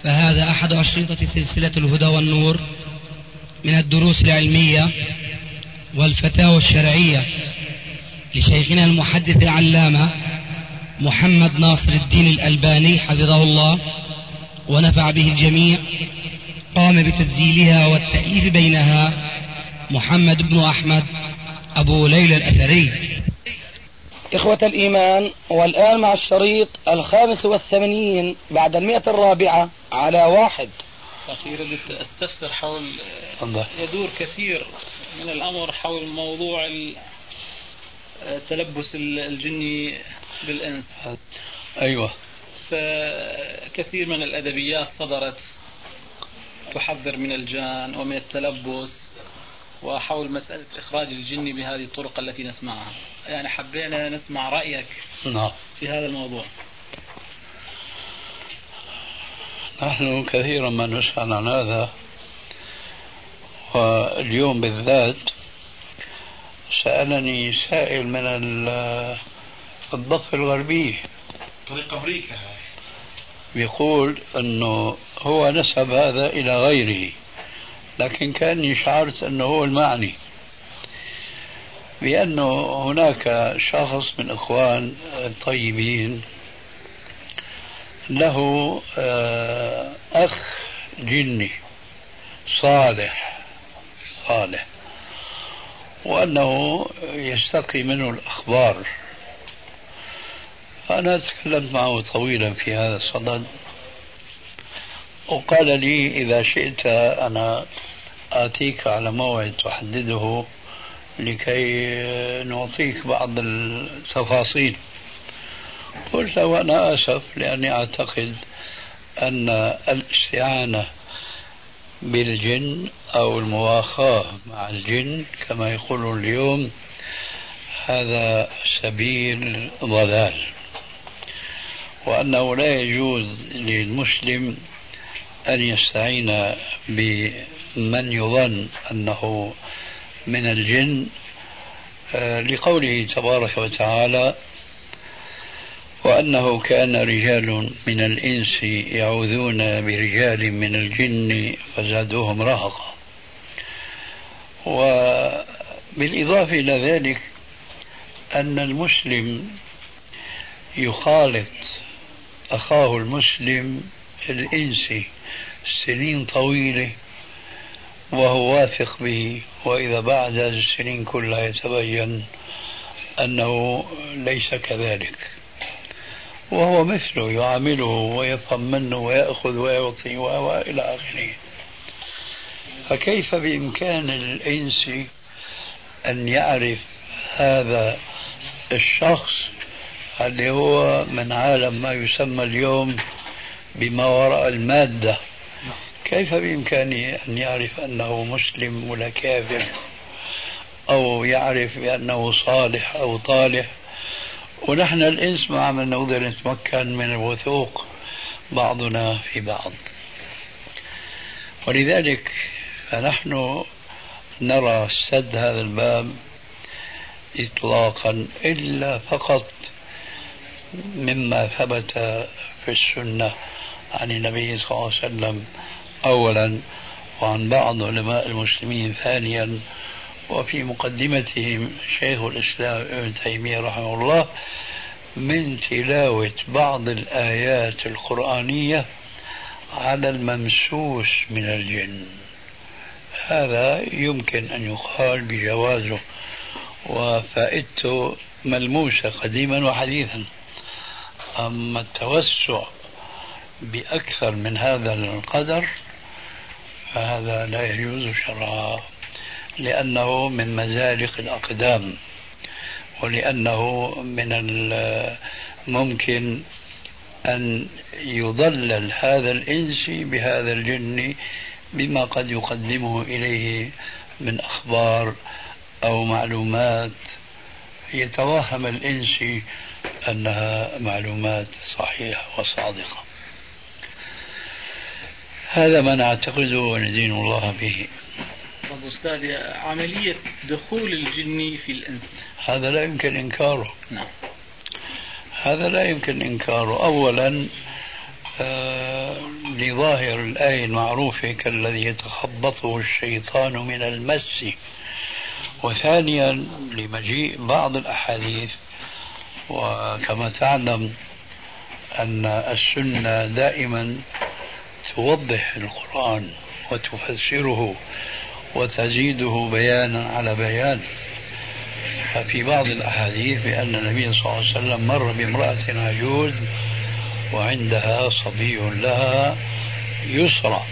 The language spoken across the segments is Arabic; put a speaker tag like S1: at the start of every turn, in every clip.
S1: فهذا أحد أشرطة سلسلة الهدى والنور من الدروس العلمية والفتاوى الشرعية لشيخنا المحدث العلامة محمد ناصر الدين الألباني حفظه الله ونفع به الجميع. قام بتسجيلها والتأليف بينها محمد بن أحمد أبو ليلى الأثري.
S2: إخوة الإيمان، والآن مع الشريط 85 بعد 104 على 1.
S3: أخي ردت أستفسر حول يدور كثير من الأمر حول موضوع تلبس الجني بالإنس.
S4: أيوة.
S3: فكثير من الأدبيات صدرت تحذر من الجان ومن التلبس وحول مسألة إخراج الجن بهذه الطرق التي نسمعها، يعني حبينا نسمع رأيك في هذا الموضوع.
S4: نحن كثيرا ما نسأل عن هذا، واليوم بالذات سألني سائل من الضفة الغربية
S5: طريق أمريكا،
S4: بيقول أنه هو نسب هذا إلى غيره، لكن كأني شعرت أنه هو المعني، بأنه هناك شخص من إخوان الطيبين له أخ جني صالح وأنه يستقي منه الأخبار. فأنا تكلمت معه طويلا في هذا الصدد، وقال لي إذا شئت أنا آتيك على موعد تحدده لكي نعطيك بعض التفاصيل. قلت له أنا آسف، لأني أعتقد أن الاستعانة بالجن أو المواخاة مع الجن كما يقولون اليوم هذا سبيل ضلال، وأنه لا يجوز للمسلم أن يستعين بمن يظن أنه من الجن، لقوله تبارك وتعالى: وأنه كان رجال من الإنس يعوذون برجال من الجن فزادوهم رهقا. وبالإضافة إلى ذلك أن المسلم يخالط أخاه المسلم الإنسي سنين طويلة وهو واثق به، وإذا بعد هذه السنين كلها يتبين أنه ليس كذلك، وهو مثله يعامله ويفهم منه ويأخذ ويعطي وإلى آخره. فكيف بإمكان الإنسي أن يعرف هذا الشخص اللي هو من عالم ما يسمى اليوم بما وراء المادة؟ كيف بإمكانه أن يعرف أنه مسلم ولا كافر، أو يعرف بأنه صالح أو طالح؟ ونحن الإنس ما عم نقدر نتمكن من الوثوق بعضنا في بعض. ولذلك فنحن نرى سد هذا الباب إطلاقا إلا فقط مما ثبت في السنة عن النبي صلى الله عليه وسلم أولا، وعن بعض علماء المسلمين ثانيا، وفي مقدمتهم شيخ الإسلام ابن تيمية رحمه الله، من تلاوة بعض الآيات القرآنية على الممسوس من الجن. هذا يمكن أن يقال بجوازه وفائدته ملموسة قديما وحديثا. أما التوسع بأكثر من هذا القدر فهذا لا يجوز شرعا، لأنه من مزالق الأقدام، ولأنه من الممكن أن يضلل هذا الإنسي بهذا الجن بما قد يقدمه إليه من أخبار أو معلومات يتوهم الإنسي أنها معلومات صحيحة وصادقة. هذا ما نعتقده وندين الله به.
S3: طب أستاذ، عملية دخول الجن في الإنس
S4: هذا لا يمكن إنكاره.
S3: نعم.
S4: هذا لا يمكن إنكاره. أولا لظاهر الآية المعروفة كالذي يتخبطه الشيطان من المس، وثانيا لمجيء بعض الأحاديث. وكما تعلم أن السنة دائما توضح القرآن وتفسره وتزيده بيانا على بيان. ففي بعض الأحاديث بأن النبي صلى الله عليه وسلم مر بامرأة عجوز وعندها صبي لها يسرى،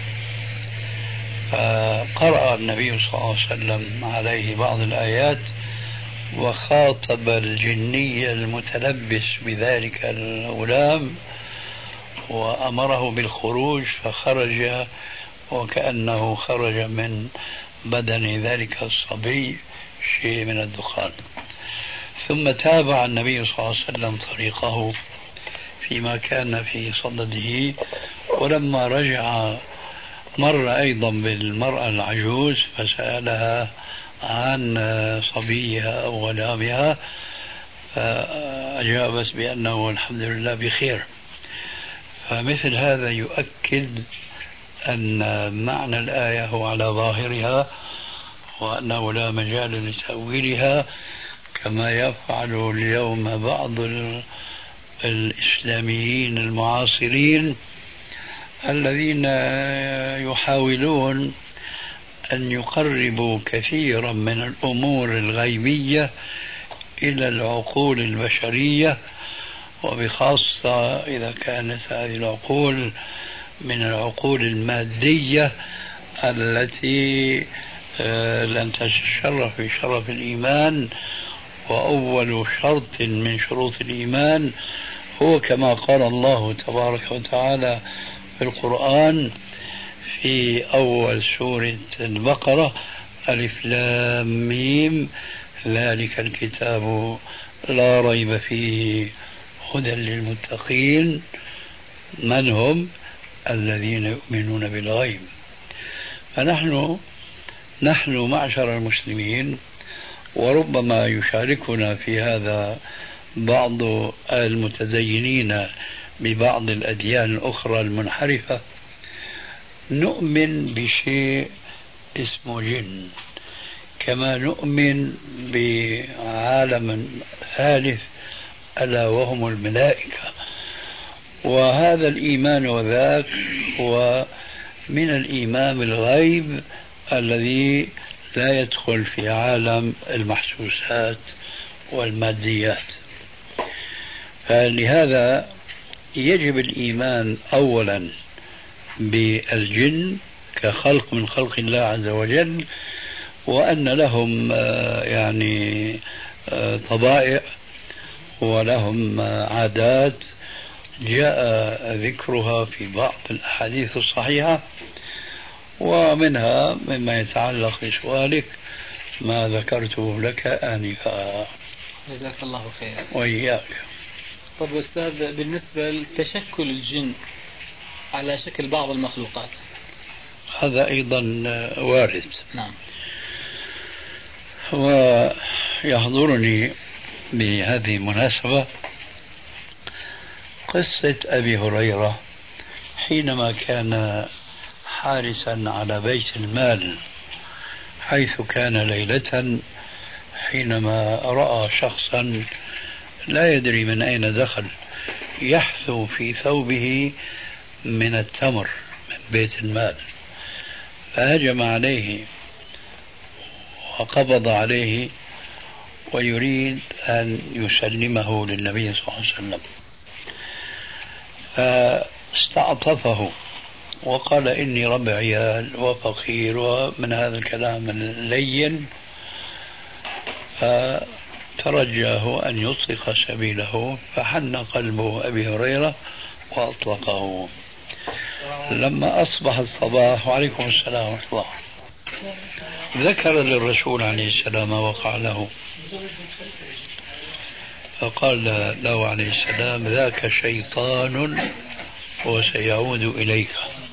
S4: فقرأ النبي صلى الله عليه وسلم عليه بعض الآيات وخاطب الجني المتلبس بذلك الغلام وأمره بالخروج، فخرج وكأنه خرج من بدن ذلك الصبي شيء من الدخان. ثم تابع النبي صلى الله عليه وسلم طريقه فيما كان في صدده، ولما رجع مر أيضا بالمرأة العجوز فسألها عن صبيها أو غلامها، فأجابت بأنه الحمد لله بخير. فمثل هذا يؤكد أن معنى الآية هو على ظاهرها، وأنه لا مجال لتأويلها كما يفعل اليوم بعض الإسلاميين المعاصرين الذين يحاولون أن يقربوا كثيرا من الأمور الغيبية إلى العقول البشرية، وبخاصة إذا كانت هذه العقول من العقول المادية التي لن تتشرف بشرف الإيمان. وأول شرط من شروط الإيمان هو كما قال الله تبارك وتعالى في القرآن في أول سورة البقرة: ألف لام ميم ذلك الكتاب لا ريب فيه هدى للمتقين. من هم؟ الذين يؤمنون بالغيب. فنحن معشر المسلمين، وربما يشاركنا في هذا بعض المتدينين ببعض الأديان الأخرى المنحرفة، نؤمن بشيء اسمه جن، كما نؤمن بعالم ثالث ألا وهم الملائكة. وهذا الإيمان وذاك هو من الإيمان بالغيب الذي لا يدخل في عالم المحسوسات والماديات. فلهذا يجب الإيمان أولا بالجن كخلق من خلق الله عز وجل، وأن لهم يعني طبائع ولهم عادات جاء ذكرها في بعض الأحاديث الصحيحة، ومنها مما يتعلق بسؤالك ما ذكرته لك آنفا.
S3: جزاك الله خير.
S4: وإياك.
S3: طب أستاذ، بالنسبة لتشكل الجن على شكل بعض المخلوقات،
S4: هذا أيضا وارد.
S3: نعم.
S4: ويحضرني بهذه المناسبة قصة أبي هريرة حينما كان حارسا على بيت المال، حيث كان ليلة حينما رأى شخصا لا يدري من أين دخل يحثو في ثوبه من التمر من بيت المال، فهجم عليه وقبض عليه ويريد أن يسلمه للنبي صلى الله عليه وسلم، فاستعطفه وقال: إني رب عيال وفقير، ومن هذا الكلام اللين، فترجاه أن يطلق سبيله، فحن قلب أبي هريرة وأطلقه. لما أصبح الصباح، وعليكم السلام ورحمة الله، ذكر للرسول عليه السلام ما وقع له، فقال له عليه السلام: ذاك شيطان وسيعود إليك.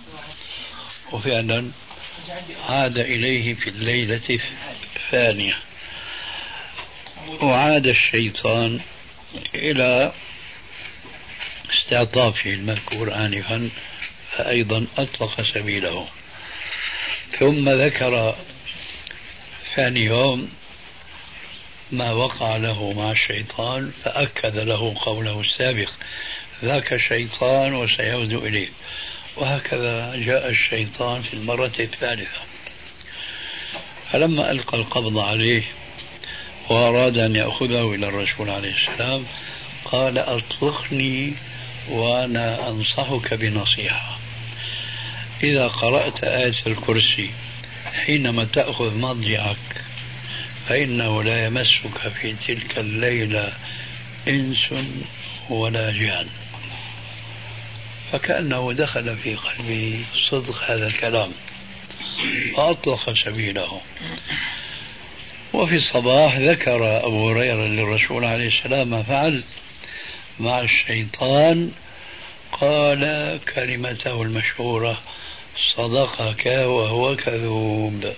S4: وفعلا عاد إليه في الليلة الثانية، وعاد الشيطان إلى استعطافه المذكور آنفا، فأيضا أطلق سبيله. ثم ذكر ثاني يوم ما وقع له مع الشيطان فأكد له قوله السابق: ذاك الشيطان وسيعود إليه. وهكذا جاء الشيطان في المرة الثالثة. فلما ألقى القبض عليه وأراد أن يأخذه إلى الرسول عليه السلام قال: أطلقني وأنا أنصحك بنصيحة. إذا قرأت آية الكرسي حينما تأخذ مضجعك فإنه لا يمسك في تلك الليلة إنس ولا جان. فكأنه دخل في قلبي صدق هذا الكلام فأطلق سبيله. وفي الصباح ذكر أبو هريرة للرسول عليه السلام ما فعل مع الشيطان، قال كلمته المشهورة: صدقك وهو كذوب.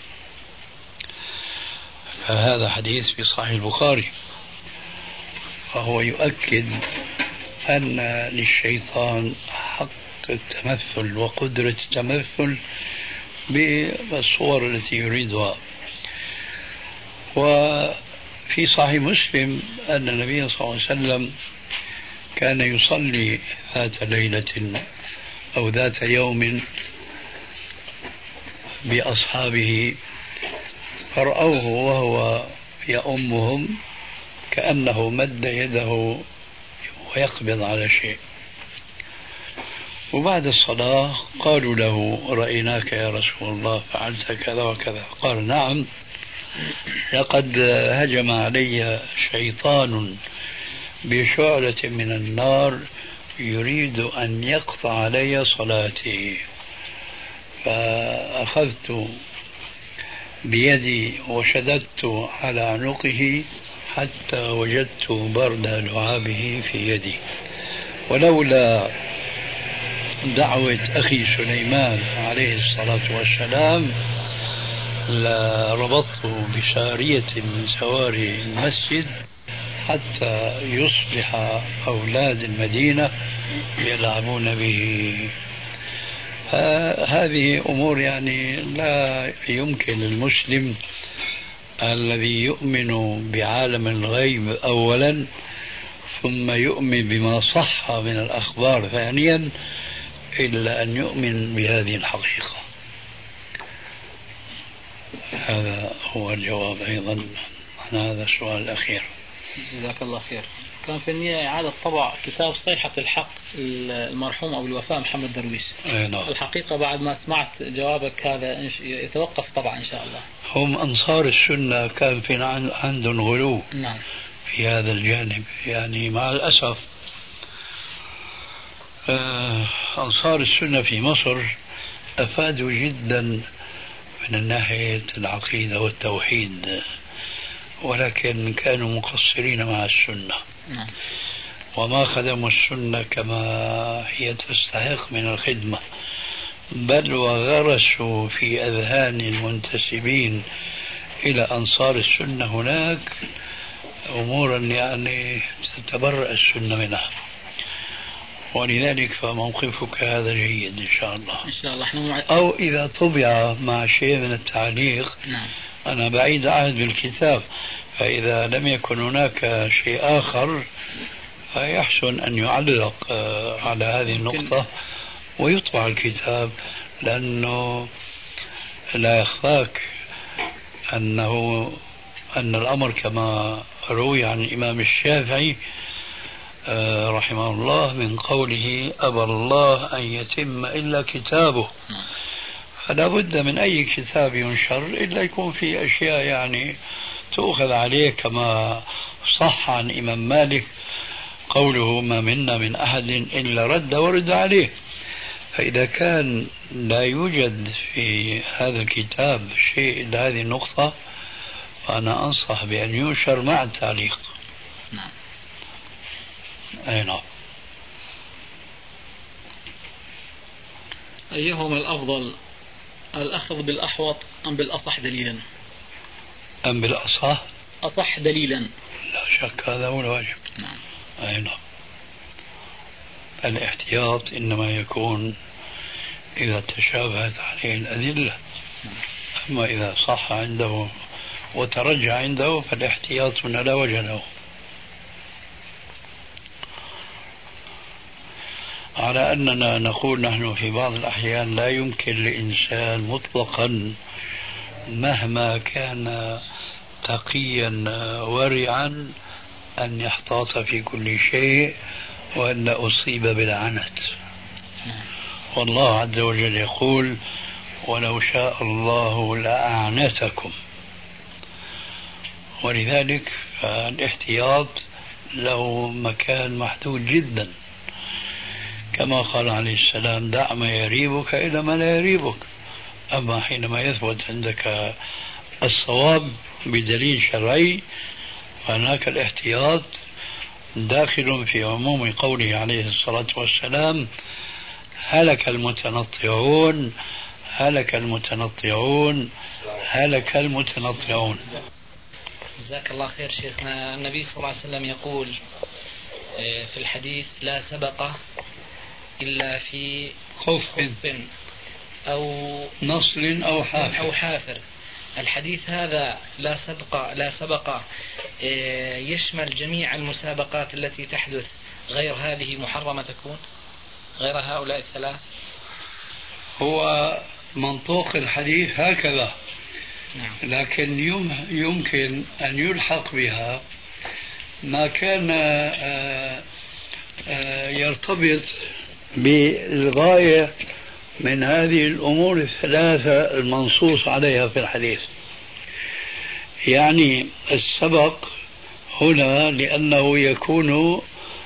S4: فهذا حديث في صحيح البخاري، فهو يؤكد أن للشيطان حق التمثل وقدرة التمثل بالصور التي يريدها. وفي صحيح مسلم أن النبي صلى الله عليه وسلم كان يصلي ذات ليلة أو ذات يوم بأصحابه فرأوه وهو يؤمهم كأنه مد يده ويقبض على شيء. وبعد الصلاة قالوا له: رأيناك يا رسول الله فعلت كذا وكذا. قال: نعم، لقد هجم علي شيطان بشعلة من النار يريد أن يقطع علي صلاتي، فأخذت بيدي وشددت على عنقه حتى وجدت برد لعابه في يدي، ولولا دعوة أخي سليمان عليه الصلاة والسلام لربطته بسارية من سواري المسجد حتى يصبح أولاد المدينة يلعبون به. هذه أمور يعني لا يمكن المسلم الذي يؤمن بعالم الغيب أولا ثم يؤمن بما صح من الأخبار ثانيا إلا أن يؤمن بهذه الحقيقة. هذا هو الجواب أيضا عن هذا السؤال الأخير.
S3: جزاك الله خير. كان في النية إعادة طبع كتاب صيحة الحق المرحوم أبو الوفاء محمد درويش. الحقيقة بعد ما سمعت جوابك هذا يتوقف طبعا إن شاء الله.
S4: هم أنصار السنة كان في عندهم غلو في هذا الجانب، يعني مع الأسف أنصار السنة في مصر أفادوا جدا من الناحية العقيدة والتوحيد، ولكن كانوا مقصرين مع السنة وما خدموا السنة كما هي تستحق من الخدمة، بل وغرسوا في أذهان المنتسبين إلى أنصار السنة هناك أمورا يعني تتبرأ السنة منها. ولذلك فموقفك هذا جيد إن شاء الله.
S3: إن شاء الله.
S4: أو إذا طبع مع شيء من التعليق أنا بعيد عهد بالكتاب، فإذا لم يكن هناك شيء آخر فيحسن أن يعلق على هذه النقطة ويطبع الكتاب، لأنه لا يخفاك أن الأمر كما روي عن الإمام الشافعي رحمه الله من قوله: أبى الله أن يتم إلا كتابه. فلا بد من أي كتاب ينشر إلا يكون فيه أشياء يعني تؤخذ عليه، كما صح عن إمام مالك قوله: ما منا من أحد إلا رد ورد عليه. فإذا كان لا يوجد في هذا الكتاب شيء إلا هذه النقطة فأنا أنصح بأن ينشر مع التعليق. أي نعم.
S3: أيهما الأفضل، الأخذ بالأحوط أم بالأصح دليلا؟
S4: أم بالأصح؟
S3: أصح دليلا.
S4: لا شك هذا هو الواجب.
S3: نعم.
S4: أي نعم. الاحتياط إنما يكون إذا تشابهت عليه الأدلة. أما إذا صح عنده وترجع عنده فالاحتياط من لا وجه له. على أننا نقول نحن في بعض الأحيان لا يمكن لإنسان مطلقا مهما كان تقيا ورعا أن يحتاط في كل شيء وأن أصيب بالعنت. والله عز وجل يقول ولو شاء الله لأعنتكم. ولذلك الاحتياط له مكان محدود جدا، كما قال عليه السلام دع ما يريبك إلى ما لا يريبك. أما حينما يثبت عندك الصواب بدليل شرعي فهناك الاحتياط داخل في عموم قوله عليه الصلاة والسلام هلك المتنطعون هلك المتنطعون هلك المتنطعون.
S5: جزاك الله خير شيخنا. النبي صلى الله عليه وسلم يقول في الحديث لا سبق إلا في
S4: خف
S5: أو
S4: نصل أو
S5: حافر. الحديث هذا لا سبق يشمل جميع المسابقات التي تحدث غير هذه محرمة تكون غير هؤلاء الثلاث؟
S4: هو منطوق الحديث هكذا.
S5: نعم.
S4: لكن يمكن أن يلحق بها ما كان يرتبط بالغاية من هذه الأمور الثلاثة المنصوص عليها في الحديث. يعني السبق هنا لأنه يكون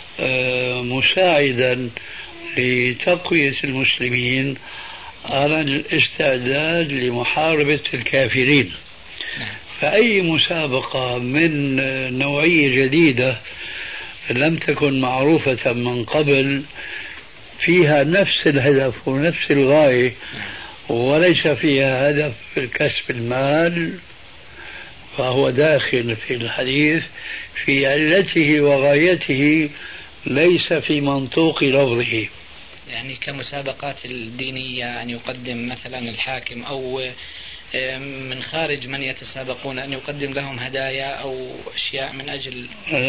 S4: مساعدا لتقوية المسلمين على الاستعداد لمحاربة الكافرين. فأي مسابقة من نوعية جديدة لم تكن معروفة من قبل فيها نفس الهدف ونفس الغاية وليس فيها هدف كسب المال فهو داخل في الحديث في علته وغايته ليس في منطوق لفظه.
S5: يعني كمسابقات الدينية أن يقدم مثلا الحاكم أو من خارج من يتسابقون أن يقدم لهم هدايا أو أشياء من أجل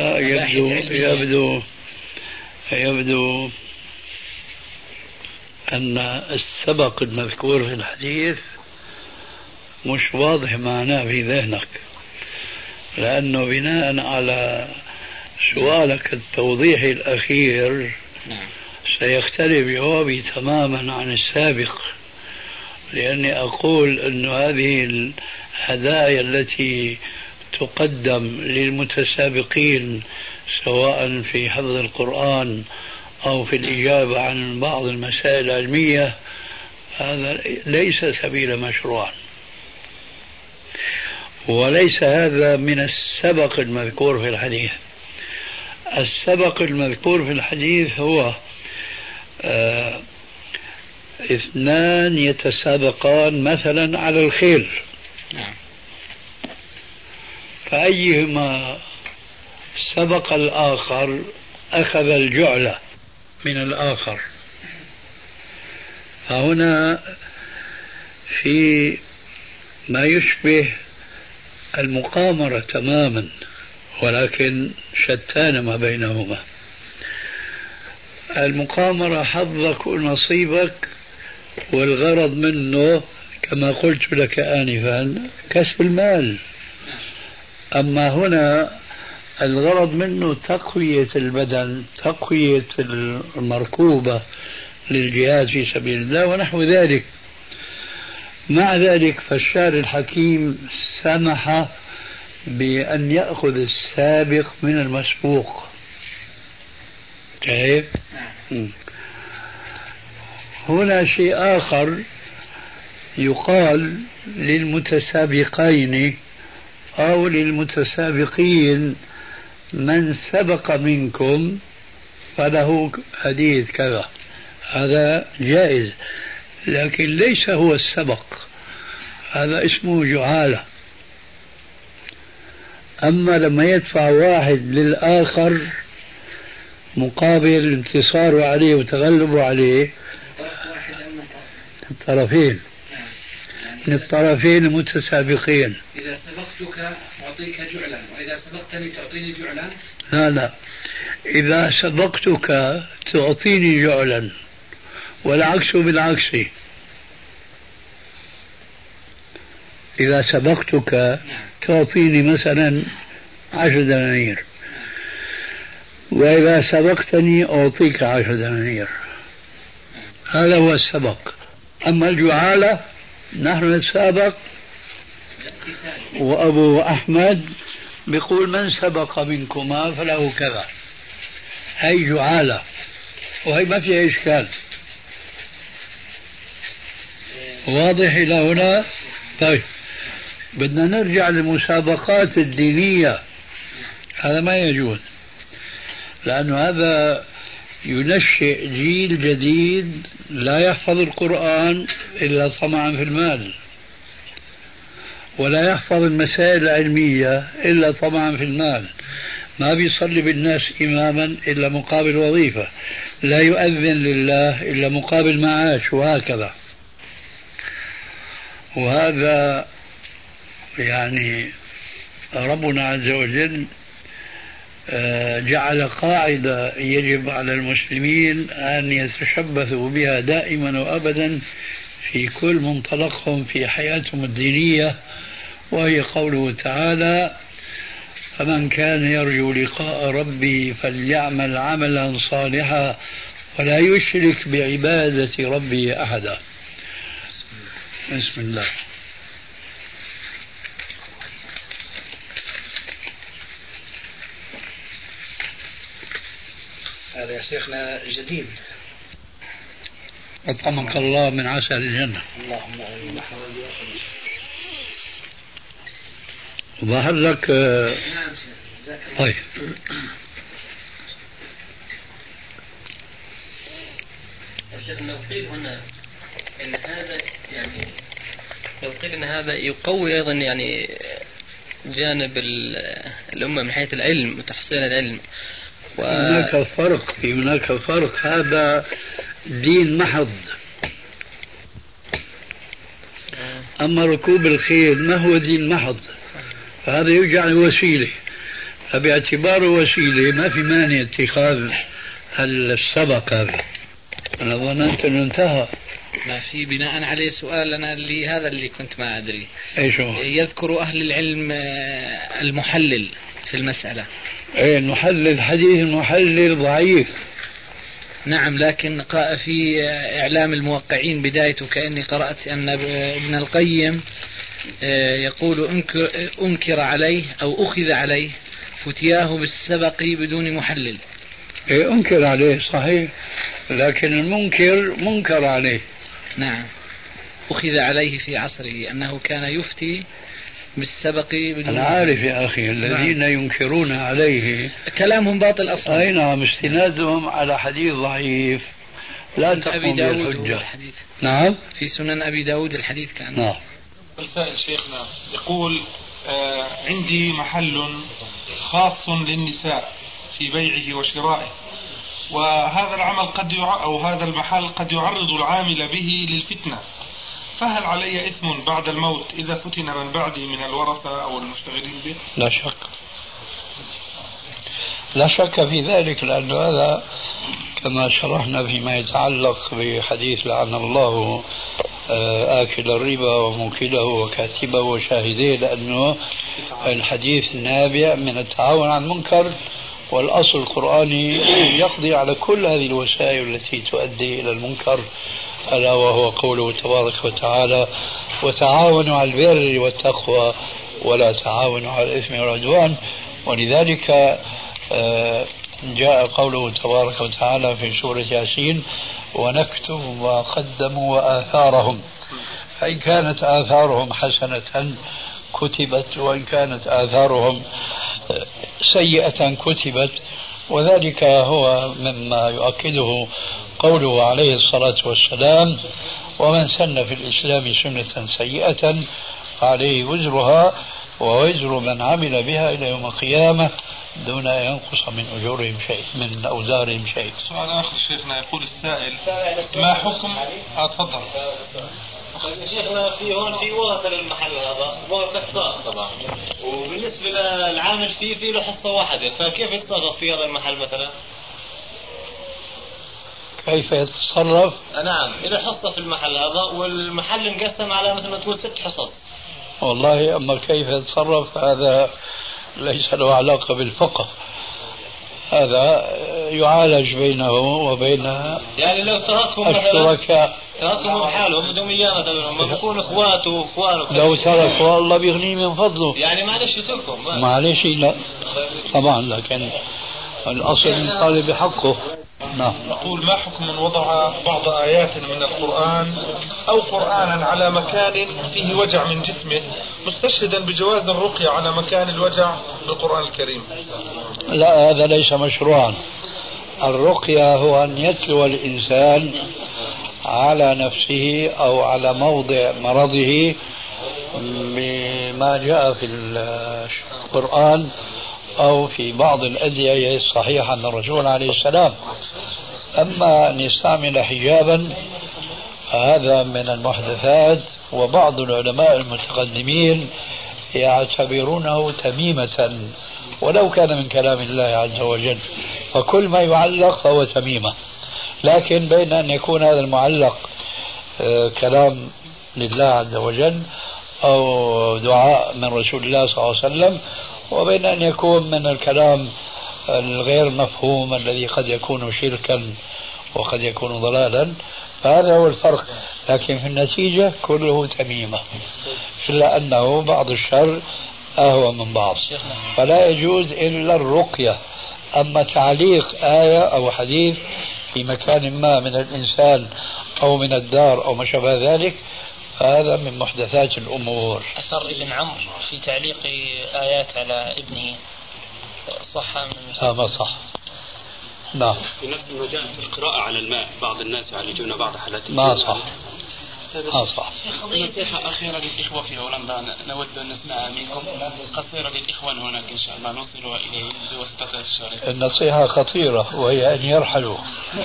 S4: يبدو أن السبق المذكور في الحديث مش واضح معناه في ذهنك، لأنه بناء على سؤالك التوضيحي الأخير سيختلف جوابي تماما عن السابق، لأني أقول أن هذه الهدايا التي تقدم للمتسابقين سواء في حفظ القرآن أو في الإجابة عن بعض المسائل العلمية هذا ليس سبيل مشروع، وليس هذا من السبق المذكور في الحديث. السبق المذكور في الحديث هو اثنان يتسابقان مثلا على الخيل، فأيهما سبق الآخر أخذ الجعلة من الآخر. فهنا في ما يشبه المقامرة تماما، ولكن شتان ما بينهما. المقامرة حظك ونصيبك والغرض منه كما قلت لك آنفا كسب المال. أما هنا الغرض منه تقوية البدن، تقوية المركوبة للجهاد في سبيل الله ونحو ذلك. مع ذلك فالشارع الحكيم سمح بأن يأخذ السابق من المسبوق. كيف؟ هنا شيء آخر يقال للمتسابقين أو للمتسابقين من سبق منكم فله حديث كذا، هذا جائز، لكن ليس هو السبق، هذا اسمه جعالة. أما لما يدفع واحد للآخر مقابل انتصاره عليه وتغلبه عليه الطرفين، من الطرفين المتسابقين.
S5: إذا سبقتك أعطيك جعلا وإذا سبقتني تعطيني جعلا.
S4: لا، إذا سبقتك تعطيني جعلا والعكس بالعكس. إذا سبقتك تعطيني مثلا 10 دنانير، وإذا سبقتني أعطيك 10 دنانير. هذا هو السبق. أما الجعالة نحن نتسابق، وأبو أحمد بيقول من سبق منكما فله كذا. هي جعالة وهي ما فيها إشكال. واضح إلى هنا؟ طيب بدنا نرجع للمسابقات الدينية. هذا ما يجوز، لأنه هذا ينشئ جيل جديد لا يحفظ القرآن إلا طمعا في المال، ولا يحفظ المسائل العلمية إلا طمعا في المال، ما بيصلي بالناس إماما إلا مقابل وظيفة، لا يؤذن لله إلا مقابل معاش، وهكذا. وهذا يعني ربنا عز وجل جعل قاعدة يجب على المسلمين أن يتشبثوا بها دائما وأبدا في كل منطلقهم في حياتهم الدينية، وهي قوله تعالى: فمن كان يرجو لقاء ربي فليعمل عملا صالحا ولا يشرك بعبادة ربه أحدا. بسم الله.
S5: هذا يا شيخنا جديد.
S4: أطعمك الله من عسل الجنة.
S5: اللهم آمين.
S4: ظهر لك. طيب
S6: شيخنا لو قيل هنا ان هذا يعني لو قيل ان هذا يقوي ايضا يعني جانب الامه من حيث العلم وتحصيل العلم.
S4: هناك فرق. هذا دين محض. أما ركوب الخيل ما هو دين محض، فهذا يجعل وسيلة، فباعتباره وسيلة ما في مانع اتخاذ السبق هذا. أنا ظننت أنه انتهى.
S5: ما في بناء عليه سؤال أنا هذا اللي كنت ما أدري.
S4: إيش هو؟
S5: يذكر أهل العلم المحلل في المسألة.
S4: إيه المحلل، حديث المحلل ضعيف.
S5: نعم، لكن في إعلام الموقعين بدايته كأني قرأت أن ابن القيم يقول أنكر عليه أو أخذ عليه فتياه بالسبق بدون محلل.
S4: إيه أنكر عليه صحيح، لكن المنكر منكر عليه.
S5: نعم، أخذ عليه في عصره أنه كان يفتي بالسبق بدون.
S4: أنا عارف يا أخي الذين ينكرون عليه
S5: كلامهم باطل أصلا.
S4: أي نعم، استنادهم على حديث ضعيف لا تقوم به الحجة. نعم،
S5: في سنن أبي داود الحديث كان.
S4: نعم.
S7: السائل شيخنا يقول عندي محل خاص للنساء في بيعه وشرائه، وهذا العمل أو هذا المحل قد يعرض العامل به للفتنة، فهل علي إثم بعد الموت إذا فتن من بعدي من الورثة أو المشتغلين به؟
S4: لا شك، لا شك في ذلك، لأن هذا كما شرحنا فيما يتعلق بحديث لعن الله آكل الربا وموكله وكاتبه وشاهديه، لأنه الحديث نابع من التعاون عن المنكر، والأصل القرآني يقضي على كل هذه الوسائل التي تؤدي إلى المنكر، ألا وهو قوله تبارك وتعالى: وتعاونوا على البر والتقوى ولا تعاونوا على الإثم والعدوان. ولذلك جاء قوله تبارك وتعالى في سورة ياسين: ونكتب ما قدموا وآثارهم، فإن كانت آثارهم حسنة كتبت وإن كانت آثارهم سيئة كتبت. وذلك هو مما يؤكده قوله عليه الصلاة والسلام: ومن سن في الإسلام سنة سيئة عليه وزرها ووزر من عمل بها إلى يوم القيامة دون أن ينقص من أجورهم شيء، من أوزارهم شيء.
S7: سؤال آخر شيخنا، يقول السائل ما حكم تفضل
S8: شيخنا في هون في ورثة للمحل هذا، ورثة كثار طبعا، وبالنسبة للعامل فيه له حصة واحدة، فكيف يتصرف في هذا المحل مثلا؟
S4: كيف يتصرف؟
S8: نعم، له حصة في المحل هذا، والمحل انقسم على مثل ما تقول 6 حصص.
S4: والله أما كيف يتصرف هذا ليس له علاقة بالفقه، هذا يعالج بينه وبين
S8: يعني لو تركهم
S4: الشركاء،
S8: تركهم بحالهم بدهم اياه مثلا، ما بيكون اخواته واخوانه،
S4: لو تركوا الله بيغنيه من فضله،
S8: يعني معلش يتركهم
S4: معلش لا طبعا، لكن الأصل الطالب بحقه. نعم.
S7: نقول ما حكم من وضع بعض آيات من القرآن أو قرآنا على مكان فيه وجع من جسمه مستشهدا بجواز الرقية على مكان الوجع بالقرآن الكريم؟
S4: لا، هذا ليس مشروعا. الرقية هو أن يتلو الإنسان على نفسه أو على موضع مرضه بما جاء في القرآن أو في بعض الأدعية الصحيحة عن الرسول عليه السلام. أما أن يستعمل حجابا هذا من المحدثات، وبعض العلماء المتقدمين يعتبرونه تميمة ولو كان من كلام الله عز وجل، فكل ما يعلق فهو تميمة. لكن بين أن يكون هذا المعلق كلام لله عز وجل أو دعاء من رسول الله صلى الله عليه وسلم، وبين أن يكون من الكلام الغير مفهوم الذي قد يكون شركا وقد يكون ضلالا، فهذا هو الفرق. لكن في النتيجة كله تميمة، إلا أنه بعض الشر أهوى من بعض، فلا يجوز إلا الرقية. أما تعليق آية أو حديث في مكان ما من الإنسان أو من الدار أو ما شابه ذلك هذا من محدثات الأمور.
S5: أثر ابن عمرو في تعليق آيات على ابنه صح من
S4: ما صح. نعم.
S9: في نفس المجال في القراءة على الماء بعض الناس يعالجون بعض حالات
S4: ما صح. صح.
S9: نصيحة أخيرة للإخوة في هولندا نود أن نسمعها منكم، قصيرة للإخوان هناك إن شاء الله نوصلها إليهم بواسطة الشريط.
S4: النصيحة خطيرة وهي أن يرحلوا.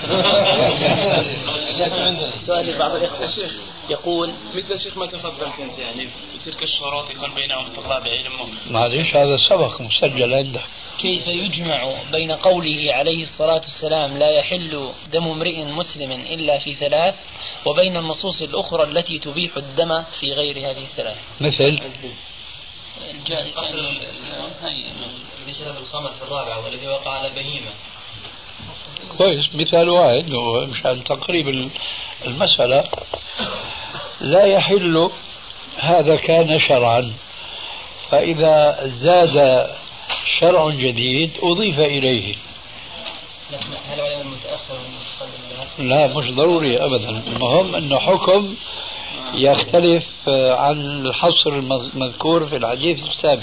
S5: سؤال لبعض الإخوة الشيخ يقول
S9: مثل الشيخ ما تفضلت أنت، يعني بتلك الشروط يكون بينهم طلاب علم.
S4: معليش هذا سبق مسجل عندك.
S5: كيف يجمع بين قوله عليه الصلاة والسلام لا يحل دم امرئ مسلم إلا في 3 وبين النصوص الأخرى التي تبيح الدم في غير هذه 3؟
S4: مثل
S8: الذي شرب الخمر في 4 والذي وقع على بهيمة.
S4: كويس، مثال واحد مشان تقريب المسألة. لا يحل هذا كان شرعا، فإذا زاد شرع جديد أضيف إليه.
S8: هل علم المتأخر
S4: لا مش ضروري أبدا، المهم أنه حكم يختلف عن الحصر المذكور في الحديث السابق.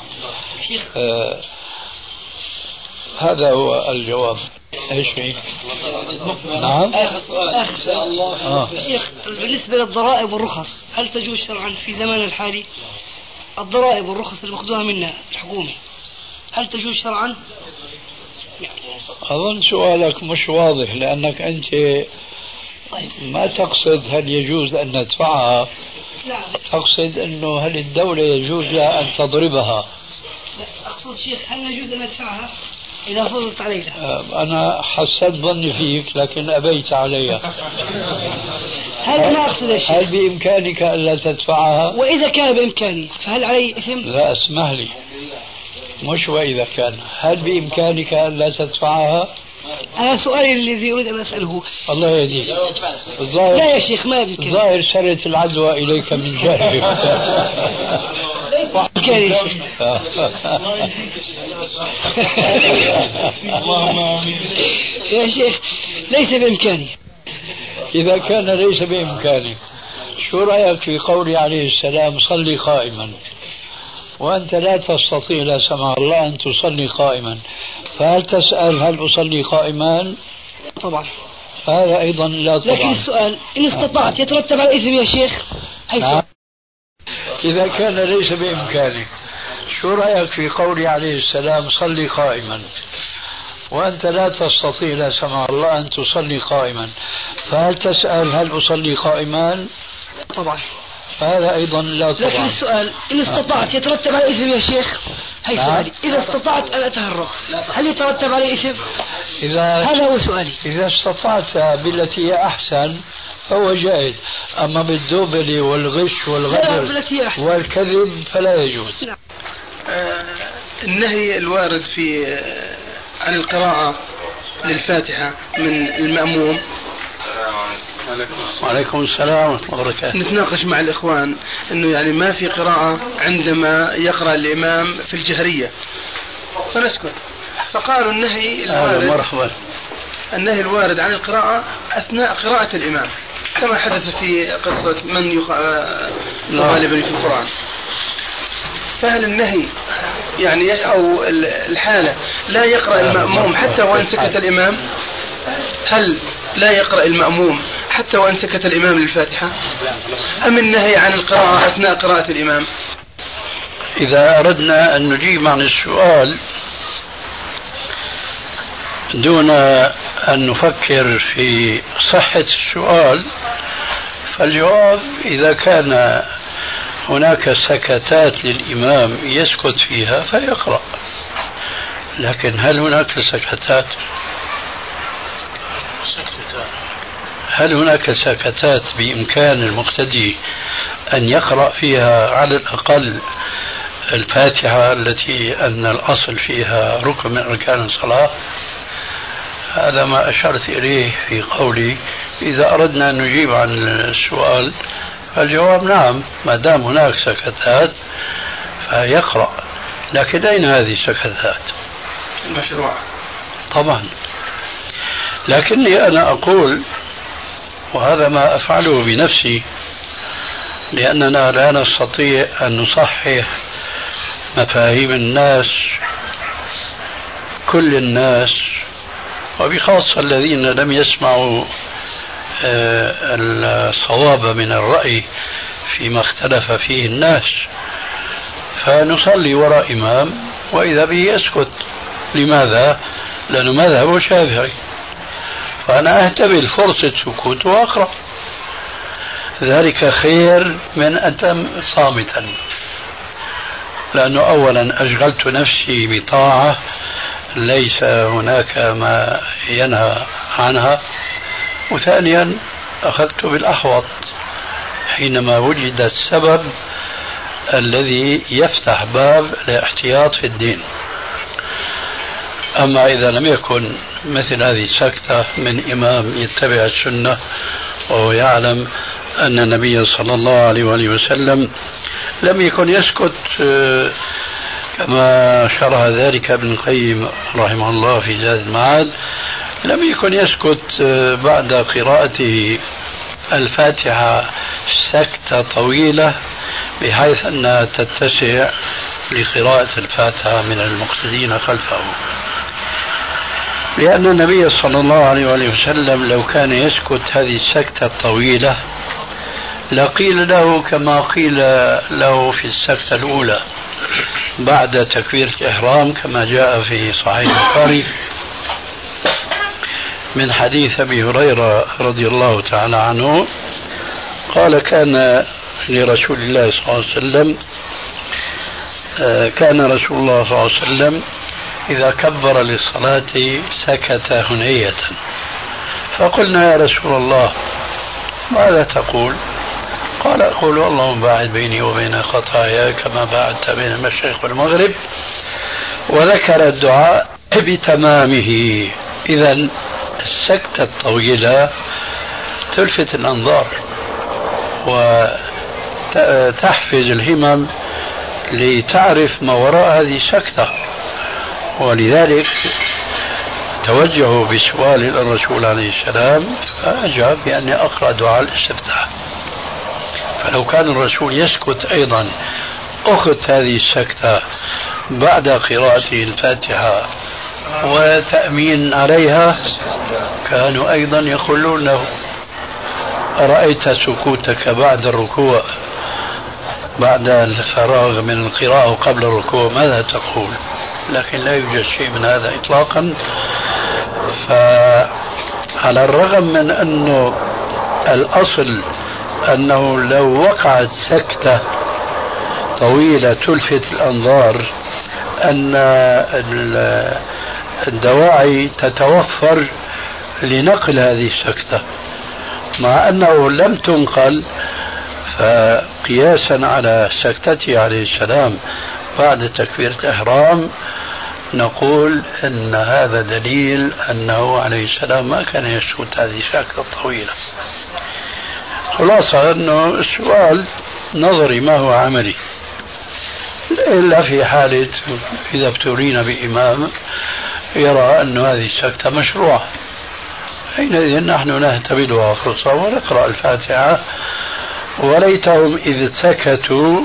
S4: هذا هو الجواب. ايش في؟ نعم.
S2: آخر شاء الله. شيخ، بالنسبة للضرائب والرخص هل تجوز شرعا في زمان الحالي؟ الضرائب والرخص اللي ماخذوها منا الحكومة هل تجوز شرعا؟
S4: أظن سؤالك مش واضح، لأنك أنت ما تقصد هل يجوز أن ندفعها، تقصد أنه هل الدولة يجوز لها أن تضربها.
S2: لا، أقصد شيخ هل يجوز أن ندفعها إذا فرضت علينا؟
S4: أنا حسنت ظني فيك لكن أبيت عليها.
S2: هل ما أقصد الشيخ
S4: هل بإمكانك ألا تدفعها؟
S2: وإذا كان بإمكاني فهل علي إثم؟
S4: لا اسمح لي، مش وإذا كان، هل بإمكانك ألا تدفعها؟
S2: أنا سؤالي الذي أريد أن أسأله.
S4: الله يهديك.
S2: لا يا شيخ ما بإمكاني.
S4: الظاهر سرت العدوى إليك من جانب.
S2: بإمكاني يا شيخ. يا شيخ ليس بإمكاني.
S4: إذا كان ليس بإمكانك، شو رأيك في قول عليه السلام صلي قائما، وأنت لا تستطيع لا سمح الله أن تصلي قائما، فهل تسأل هل أصلي قائما؟
S2: طبعا.
S4: هذا أيضا لا طبعا.
S2: لكن السؤال إن استطعت يترتب على الإثم يا شيخ.
S4: نعم. إذا كان ليس بإمكانك شو رأيك في قولي عليه السلام صلي قائما، وأنت لا تستطيع لا سمح الله أن تصلي قائما، فهل تسأل هل أصلي قائما؟
S2: طبعا.
S4: هذا أيضا لا طبعا.
S2: لكن السؤال إن استطعت يترتب على إثم يا شيخ؟ هي سؤالي، إذا استطعت أن أتهرب هل يترتب عليه إثم؟ هذا هو سؤالي.
S4: إذا استطعت بالتي هي أحسن فهو جائز، أما بالدوبل والغش والغدر والكذب فلا يجوز.
S10: النهي الوارد في عن القراءة للفاتحة من المأموم.
S4: وعليكم السلام ورحمة الله وبركاته.
S10: نتناقش مع الإخوان أنه يعني ما في قراءة عندما يقرأ الإمام في الجهرية فنسكت، فقالوا النهي الوارد
S4: مرحبا
S10: النهي الوارد عن القراءة أثناء قراءة الإمام كما حدث في قصة من يغالبني في القرآن. فهل النهي يعني أو الحالة لا يقرأ المأموم حتى وإن سكت الإمام؟ هل لا يقرأ المأموم حتى وإن سكت الإمام للفاتحة؟ أم النهي عن القراءة أثناء قراءة الإمام؟
S4: إذا أردنا أن نجيب عن السؤال دون أن نفكر في صحة السؤال، فالجواب إذا كان هناك سكتات للإمام يسكت فيها فيقرأ، لكن هل هناك سكتات؟ هل هناك سكتات بإمكان المقتدي أن يقرأ فيها على الأقل الفاتحة التي أن الأصل فيها ركن من أركان الصلاة؟ هذا ما أشرت إليه في قولي إذا أردنا أن نجيب عن السؤال فالجواب نعم، ما دام هناك سكتات فيقرأ. لكن أين هذه السكتات؟
S10: المشروع
S4: طبعا. لكني أنا أقول، وهذا ما أفعله بنفسي، لأننا لا نستطيع أن نصحح مفاهيم الناس، كل الناس، وبخاصة الذين لم يسمعوا الصواب من الرأي فيما اختلف فيه الناس، فنصلي وراء إمام وإذا به يسكت. لماذا؟ لأنه مذهبه شافعي، فأنا أهتبل فرصة سكوت وأقرأ، ذلك خير من أن صامتا، لأنه أولا أشغلت نفسي بطاعة ليس هناك ما ينهى عنها، وثانيا أخذت بالأحوط حينما وجد السبب الذي يفتح باب الاحتياط في الدين. أما إذا لم يكن مثل هذه السكتة من إمام يتبع السنة وهو يعلم أن النبي صلى الله عليه وآله وسلم لم يكن يسكت كما شرح ذلك ابن القيم رحمه الله في زاد المعاد، لم يكن يسكت بعد قراءته الفاتحة سكتة طويلة بحيث أنها تتسع لقراءة الفاتحة من المقتدين خلفه، لأن النبي صلى الله عليه وآله وسلم لو كان يسكت هذه السكتة الطويلة لقيل له كما قيل له في السكتة الأولى بعد تكبيرة الإحرام كما جاء في صحيح البخاري من حديث أبي هريرة رضي الله تعالى عنه قال كان لرسول الله صلى الله عليه وسلم كان رسول الله صلى الله عليه وسلم إذا كبر للصلاة سكت هنية، فقلنا يا رسول الله ماذا تقول؟ قال أقول اللهم باعد بيني وبين خطاياي كما باعدت بين المشرق والمغرب، وذكر الدعاء بتمامه. إذن السكتة الطويلة تلفت الأنظار وتحفز الهمم لتعرف ما وراء هذه السكتة، ولذلك توجهوا بسؤال الرسول عليه السلام فأجاب بأني أقرأ دعاء الاستفتاح. فلو كان الرسول يسكت أيضا أخذ هذه السكتة بعد قراءته الفاتحة وتأمين عليها كانوا أيضا يقولون له أرأيت سكوتك بعد الركوع بعد الفراغ من القراءة وقبل الركوع ماذا تقول؟ لكن لا يوجد شيء من هذا إطلاقا. فعلى الرغم من أنه الأصل أنه لو وقعت سكتة طويلة تلفت الأنظار أن الدواعي تتوفر لنقل هذه السكتة، مع أنه لم تنقل، فقياسا على سكتته عليه السلام بعد تكبيرة الإحرام نقول أن هذا دليل أنه عليه السلام ما كان يسكت هذه السكتة الطويلة. خلاصة أنه السؤال نظري ما هو عملي، إلا في حالة إذا ابتلينا بإمام يرى أن هذه السكتة مشروعة، حينئذ نحن نهتبلها فرصة ونقرأ الفاتحة. وليتهم إذ سكتوا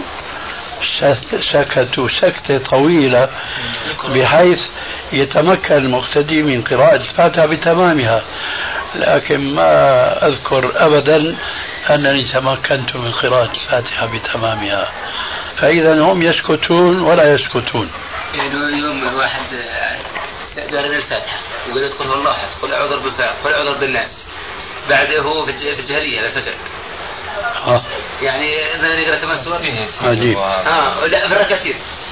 S4: سكتة طويلة بحيث يتمكن المقتدي من قراءة الفاتحة بتمامها، لكن ما أذكر أبدا أنني تمكنت من قراءة الفاتحة بتمامها. فإذا هم يسكتون ولا يسكتون.
S11: يعني يوم الواحد قال الفاتحة وقال ادخل والله أحد، قل أعوذ بالفلق، قل أعوذ بالناس، بعده هو في الجهرية الفجر. يعني إذا نقرأ كمان سور
S4: عجيب.
S11: لا في الركعتين